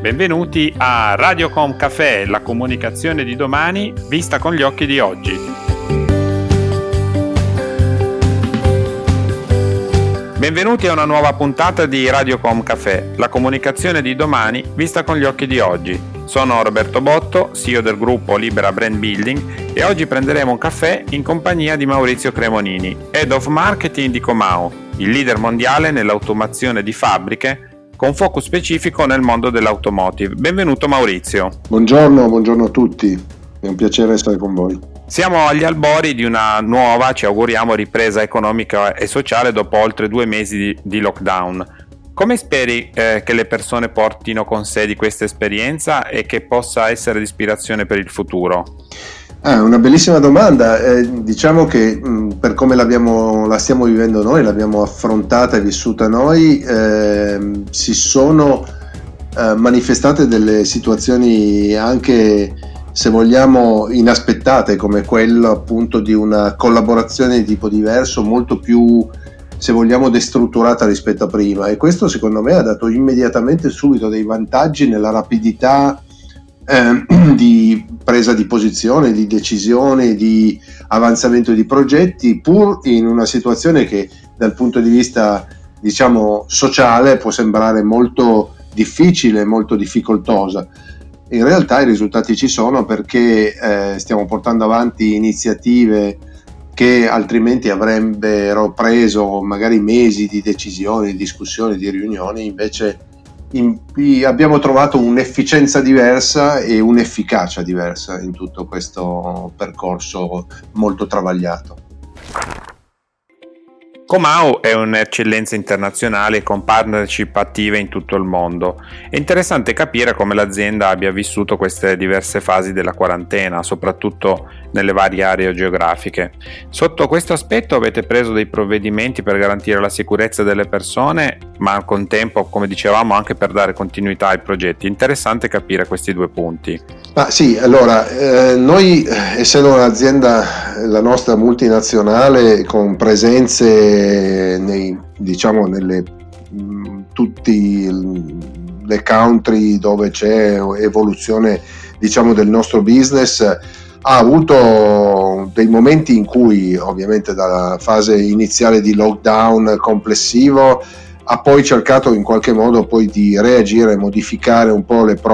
Benvenuti a Radiocom Café, la comunicazione di domani vista con gli occhi di oggi. Benvenuti a una nuova puntata di Radiocom Café, la comunicazione di domani vista con gli occhi di oggi. Sono Roberto Botto, CEO del gruppo Libera Brand Building, e oggi prenderemo un caffè in compagnia di Maurizio Cremonini, Head of Marketing di Comau, il leader mondiale nell'automazione di fabbriche con focus specifico nel mondo dell'automotive. Benvenuto Maurizio. Buongiorno a tutti, è un piacere essere con voi. Siamo agli albori di una nuova, ci auguriamo, ripresa economica e sociale dopo oltre 2 mesi di lockdown. Come speri che le persone portino con sé di questa esperienza e che possa essere di ispirazione per il futuro? Una bellissima domanda. Diciamo che per come la stiamo vivendo noi, l'abbiamo affrontata e vissuta noi, si sono manifestate delle situazioni anche, se vogliamo, inaspettate, come quello appunto di una collaborazione di tipo diverso, molto più, se vogliamo, destrutturata rispetto a prima, e questo secondo me ha dato immediatamente subito dei vantaggi nella rapidità di presa di posizione, di decisione, di avanzamento di progetti, pur in una situazione che dal punto di vista, diciamo, sociale può sembrare molto difficile, molto difficoltosa. In realtà i risultati ci sono, perché stiamo portando avanti iniziative che altrimenti avrebbero preso magari mesi di decisioni, di discussioni, di riunioni. Invece abbiamo trovato un'efficienza diversa e un'efficacia diversa in tutto questo percorso molto travagliato. Comau è un'eccellenza internazionale con partnership attive in tutto il mondo. È interessante capire come l'azienda abbia vissuto queste diverse fasi della quarantena, soprattutto nelle varie aree geografiche. Sotto questo aspetto avete preso dei provvedimenti per garantire la sicurezza delle persone, ma al contempo, come dicevamo, anche per dare continuità ai progetti. Interessante capire questi 2 punti. Sì, allora, noi, essendo un'azienda, la nostra multinazionale, con presenze nelle tutti le country dove c'è evoluzione, diciamo, del nostro business, ha avuto dei momenti in cui, ovviamente dalla fase iniziale di lockdown complessivo, ha poi cercato in qualche modo poi di reagire, modificare un po' i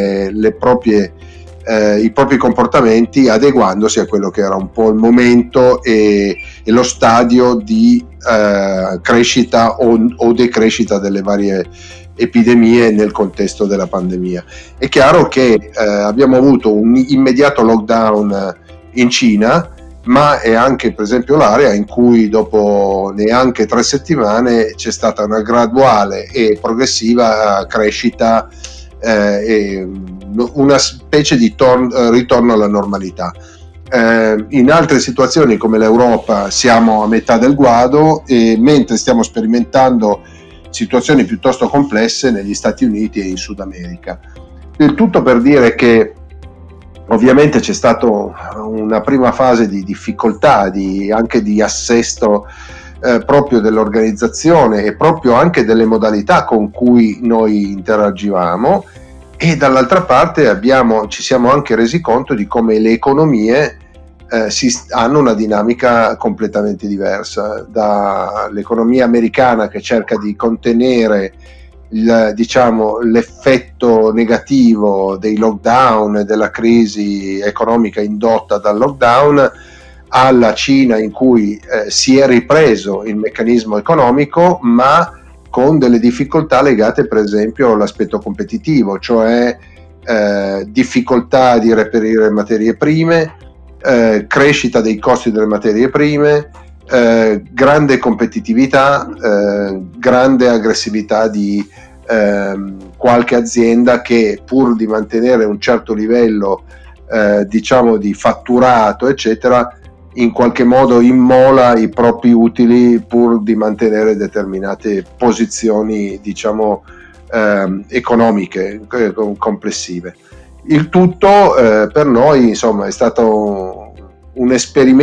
propri comportamenti, adeguandosi a quello che era un po' il momento e lo stadio di crescita o decrescita delle varie epidemie nel contesto della pandemia. È chiaro che abbiamo avuto un immediato lockdown in Cina, ma è anche, per esempio, l'area in cui dopo neanche 3 settimane c'è stata una graduale e progressiva crescita e una specie di ritorno alla normalità. In altre situazioni come l'Europa siamo a metà del guado, e mentre stiamo sperimentando situazioni piuttosto complesse negli Stati Uniti e in Sud America. Il tutto per dire che ovviamente c'è stata una prima fase di difficoltà, anche di assesto proprio dell'organizzazione e proprio anche delle modalità con cui noi interagivamo, e dall'altra parte ci siamo anche resi conto di come le economie hanno una dinamica completamente diversa. Dall'economia americana, che cerca di contenere l'effetto negativo dei lockdown e della crisi economica indotta dal lockdown, alla Cina, in cui si è ripreso il meccanismo economico, ma con delle difficoltà legate per esempio all'aspetto competitivo, cioè difficoltà di reperire materie prime, crescita dei costi delle materie prime, grande competitività, grande aggressività di qualche azienda che, pur di mantenere un certo livello di fatturato eccetera, in qualche modo immola i propri utili pur di mantenere determinate posizioni economiche complessive. Il tutto per noi, insomma, è stato un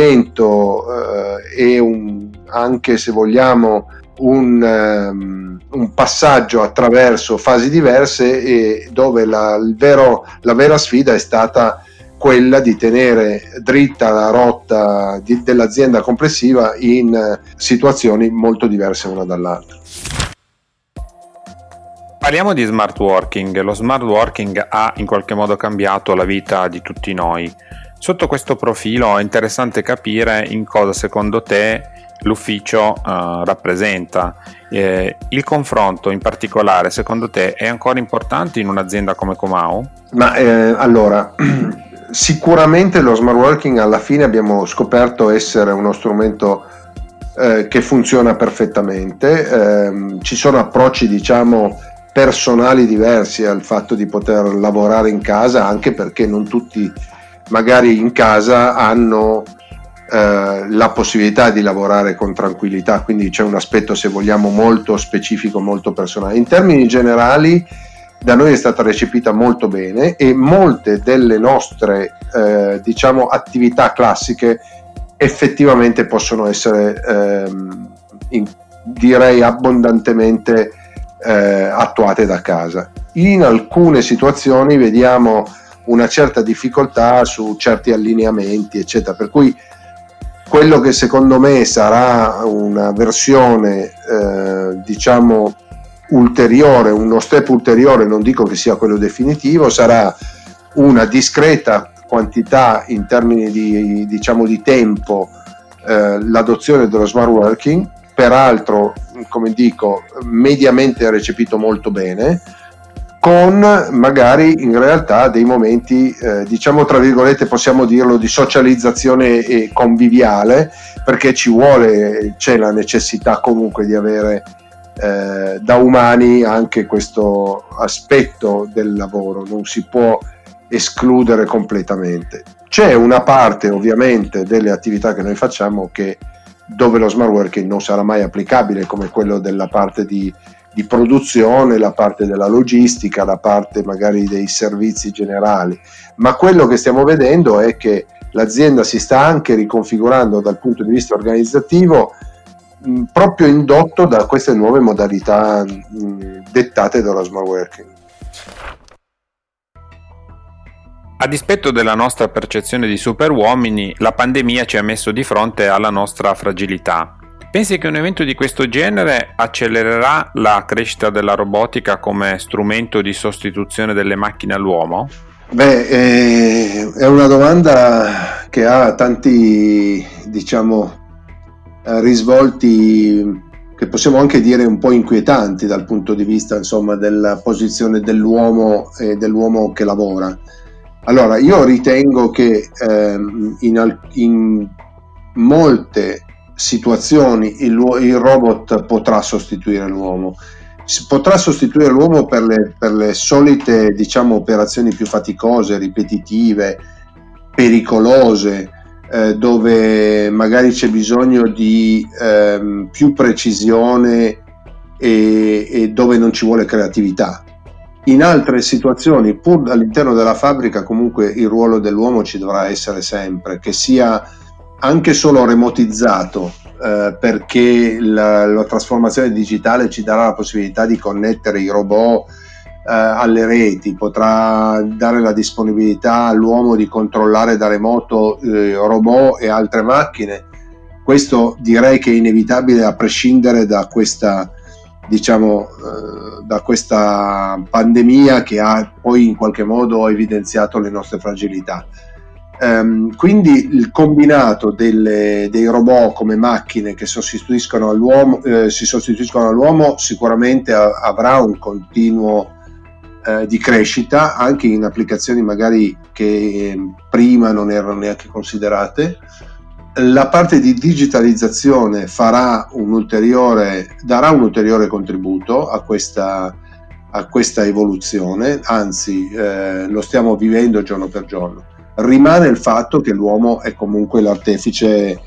esperimento e anche, se vogliamo, un un passaggio attraverso fasi diverse, e dove la vera sfida è stata quella di tenere dritta la rotta dell'azienda complessiva in situazioni molto diverse una dall'altra. Parliamo di smart working. Lo smart working ha in qualche modo cambiato la vita di tutti noi. Sotto questo profilo è interessante capire in cosa secondo te l'ufficio rappresenta. Il confronto in particolare secondo te è ancora importante in un'azienda come Comau? Allora, sicuramente lo smart working alla fine abbiamo scoperto essere uno strumento che funziona perfettamente. Ci sono approcci, diciamo, personali diversi al fatto di poter lavorare in casa, anche perché non tutti magari in casa hanno la possibilità di lavorare con tranquillità, quindi c'è un aspetto, se vogliamo, molto specifico, molto personale. In termini generali da noi è stata recepita molto bene, e molte delle nostre diciamo attività classiche effettivamente possono essere direi abbondantemente attuate da casa. In alcune situazioni vediamo una certa difficoltà su certi allineamenti, eccetera, per cui quello che secondo me sarà una versione diciamo ulteriore, uno step ulteriore, non dico che sia quello definitivo, sarà una discreta quantità in termini di, diciamo, di tempo, l'adozione dello smart working, peraltro, come dico, mediamente recepito molto bene, con magari in realtà dei momenti, diciamo tra virgolette, possiamo dirlo, di socializzazione e conviviale, perché c'è la necessità comunque di avere da umani anche questo aspetto del lavoro, non si può escludere completamente. C'è una parte ovviamente delle attività che noi facciamo dove lo smart working non sarà mai applicabile, come quello della parte di produzione, la parte della logistica, la parte magari dei servizi generali, ma quello che stiamo vedendo è che l'azienda si sta anche riconfigurando dal punto di vista organizzativo, proprio indotto da queste nuove modalità dettate dallo smart working. A dispetto della nostra percezione di superuomini, la pandemia ci ha messo di fronte alla nostra fragilità. Pensi che un evento di questo genere accelererà la crescita della robotica come strumento di sostituzione delle macchine all'uomo? È una domanda che ha tanti, diciamo, risvolti che possiamo anche dire un po' inquietanti dal punto di vista, insomma, della posizione dell'uomo e dell'uomo che lavora. Allora, io ritengo che in molte situazioni il robot potrà sostituire l'uomo. Potrà sostituire l'uomo per le solite, diciamo, operazioni più faticose, ripetitive, pericolose, dove magari c'è bisogno di più precisione e dove non ci vuole creatività. In altre situazioni, pur all'interno della fabbrica, comunque il ruolo dell'uomo ci dovrà essere sempre, che sia anche solo remotizzato, perché la trasformazione digitale ci darà la possibilità di connettere i robot alle reti, potrà dare la disponibilità all'uomo di controllare da remoto robot e altre macchine. Questo direi che è inevitabile, a prescindere da questa, diciamo, da questa pandemia che ha poi in qualche modo evidenziato le nostre fragilità. Quindi il combinato dei robot come macchine che sostituiscono si sostituiscono all'uomo sicuramente avrà un continuo di crescita, anche in applicazioni magari che prima non erano neanche considerate. La parte di digitalizzazione darà un ulteriore contributo a questa evoluzione, anzi lo stiamo vivendo giorno per giorno. Rimane il fatto che l'uomo è comunque l'artefice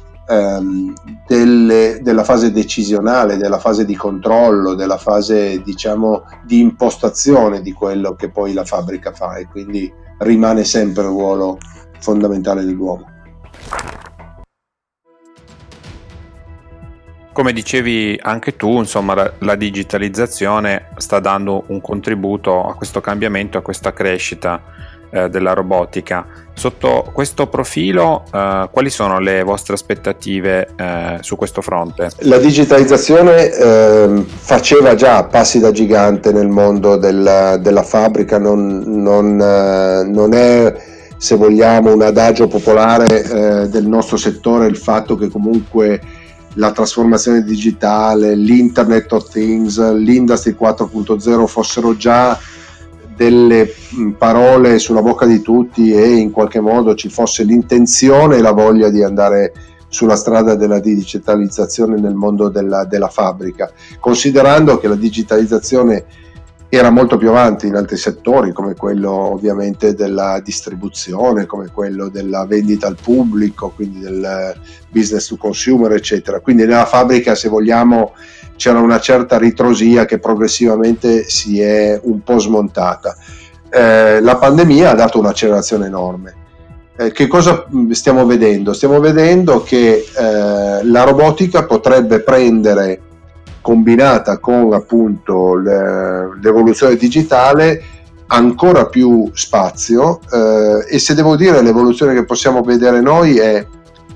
della fase decisionale, della fase di controllo, della fase, diciamo, di impostazione di quello che poi la fabbrica fa, e quindi rimane sempre il ruolo fondamentale dell'uomo. Come dicevi anche tu, insomma, la digitalizzazione sta dando un contributo a questo cambiamento, a questa crescita della robotica. Sotto questo profilo, quali sono le vostre aspettative su quesè fronte? La digitalizzazione faceva già passi da gigante nel mondo della fabbrica, non è, se vogliamo, un adagio popolare del nostro settore il fatto che comunque la trasformazione digitale, l'Internet of Things, l'Industry 4.0 fossero già delle parole sulla bocca di tutti e in qualche modo ci fosse l'intenzione e la voglia di andare sulla strada della digitalizzazione nel mondo della fabbrica, considerando che la digitalizzazione era molto più avanti in altri settori, come quello ovviamente della distribuzione, come quello della vendita al pubblico, quindi del business to consumer, eccetera. Quindi nella fabbrica, se vogliamo, c'era una certa ritrosia che progressivamente si è un po' smontata. La pandemia ha dato un'accelerazione enorme. Che cosa stiamo vedendo? Stiamo vedendo che la robotica potrebbe prendere, combinata con appunto l'evoluzione digitale, ancora più spazio, e se devo dire l'evoluzione che possiamo vedere noi è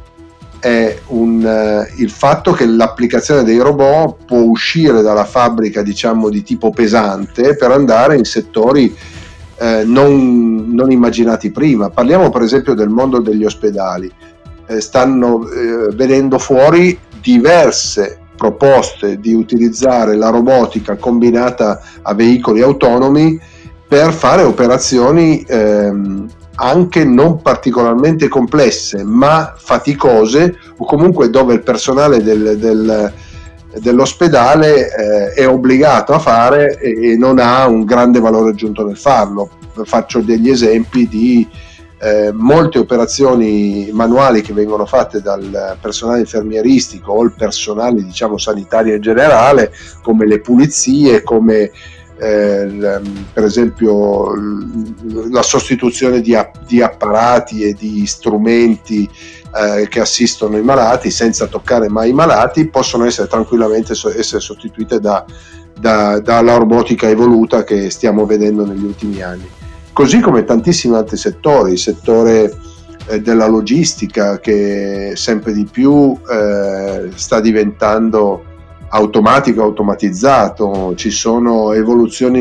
il fatto che l'applicazione dei robot può uscire dalla fabbrica, diciamo, di tipo pesante per andare in settori non immaginati prima. Parliamo per esempio del mondo degli ospedali. Stanno venendo fuori diverse proposte di utilizzare la robotica combinata a veicoli autonomi per fare operazioni anche non particolarmente complesse ma faticose, o comunque dove il personale dell'ospedale è obbligato a fare e non ha un grande valore aggiunto nel farlo. Faccio degli esempi di molte operazioni manuali che vengono fatte dal personale infermieristico o il personale, diciamo, sanitario in generale, come le pulizie, come per esempio la sostituzione di apparati e di strumenti che assistono i malati senza toccare mai i malati, possono essere tranquillamente essere sostituite dalla robotica evoluta che stiamo vedendo negli ultimi anni. Così come tantissimi altri settori, il settore della logistica, che sempre di più sta diventando automatico, automatizzato. Ci sono evoluzioni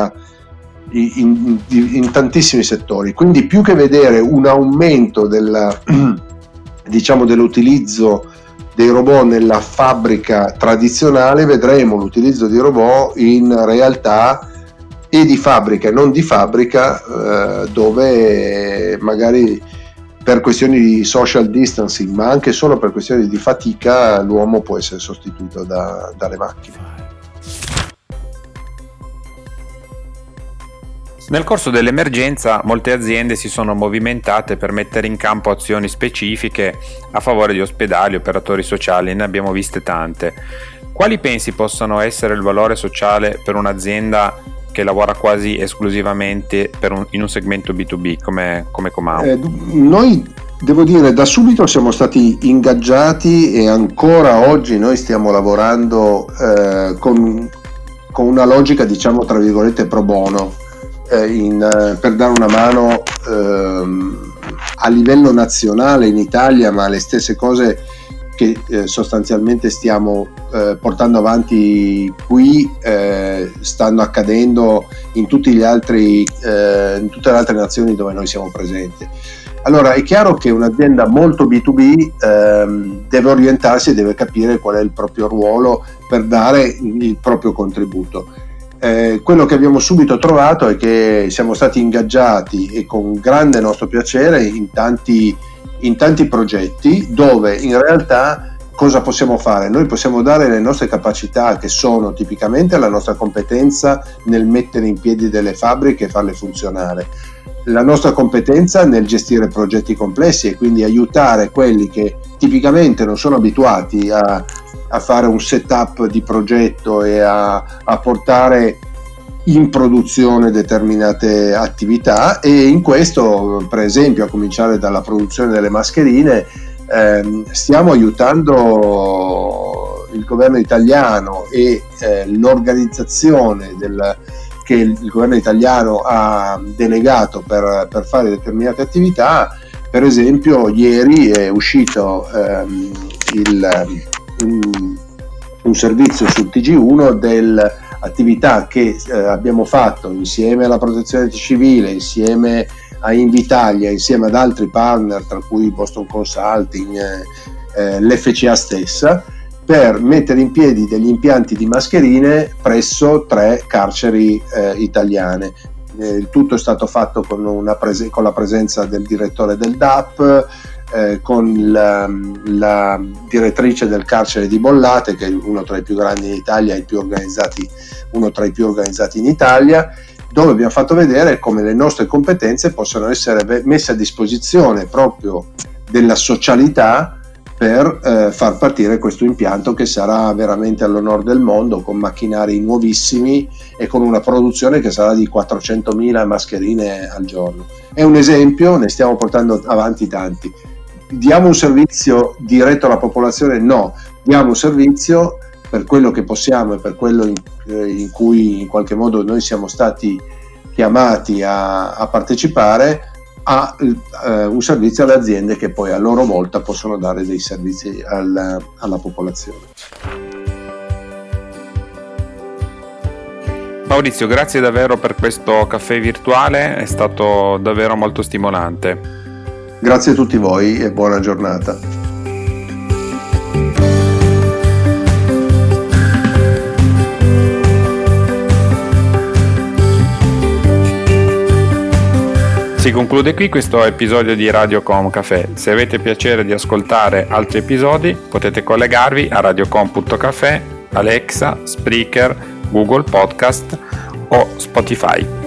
in tantissimi settori, quindi più che vedere un aumento dell'utilizzo dei robot nella fabbrica tradizionale, vedremo l'utilizzo di robot in realtà e di fabbrica e non di fabbrica, dove magari per questioni di social distancing, ma anche solo per questioni di fatica, l'uomo può essere sostituito dalle macchine. Nel corso dell'emergenza molte aziende si sono movimentate per mettere in campo azioni specifiche a favore di ospedali, operatori sociali, ne abbiamo viste tante. Quali pensi possano essere il valore sociale per un'azienda che lavora quasi esclusivamente in un segmento B2B come Comau? Noi, devo dire, da subito siamo stati ingaggiati e ancora oggi noi stiamo lavorando con una logica, diciamo, tra virgolette, pro bono, per dare una mano a livello nazionale in Italia, ma le stesse cose che sostanzialmente stiamo portando avanti qui stanno accadendo in tutte le altre nazioni dove noi siamo presenti. Allora è chiaro che un'azienda molto B2B deve orientarsi e deve capire qual è il proprio ruolo per dare il proprio contributo. Quello che abbiamo subito trovato è che siamo stati ingaggiati, e con grande nostro piacere, in tanti progetti dove in realtà cosa possiamo fare? Noi possiamo dare le nostre capacità, che sono tipicamente la nostra competenza nel mettere in piedi delle fabbriche e farle funzionare, la nostra competenza nel gestire progetti complessi e quindi aiutare quelli che tipicamente non sono abituati a fare un setup di progetto e a portare in produzione determinate attività. E in questo, per esempio, a cominciare dalla produzione delle mascherine, stiamo aiutando il governo italiano e l'organizzazione che il governo italiano ha delegato per fare determinate attività. Per esempio, ieri è uscito un servizio sul TG1 dell'attività che abbiamo fatto insieme alla Protezione Civile, insieme a Invitalia, insieme ad altri partner, tra cui Boston Consulting, l'FCA stessa, per mettere in piedi degli impianti di mascherine presso 3 carceri italiane. Il tutto è stato fatto con la presenza del direttore del DAP, con la direttrice del carcere di Bollate, che è uno tra i più grandi in Italia, uno tra i più organizzati in Italia, dove abbiamo fatto vedere come le nostre competenze possono essere messe a disposizione proprio della socialità per far partire questo impianto, che sarà veramente all'onor del mondo, con macchinari nuovissimi e con una produzione che sarà di 400.000 mascherine al giorno. È un esempio, ne stiamo portando avanti tanti. Diamo un servizio diretto alla popolazione? No, diamo un servizio per quello che possiamo e per quello in cui in qualche modo noi siamo stati chiamati a partecipare, a un servizio alle aziende che poi a loro volta possono dare dei servizi alla popolazione. Maurizio, grazie davvero per questo caffè virtuale, è stato davvero molto stimolante. Grazie a tutti voi e buona giornata. Si conclude qui questo episodio di Radiocom Café. Se avete piacere di ascoltare altri episodi, potete collegarvi a radiocom.café, Alexa, Spreaker, Google Podcast o Spotify.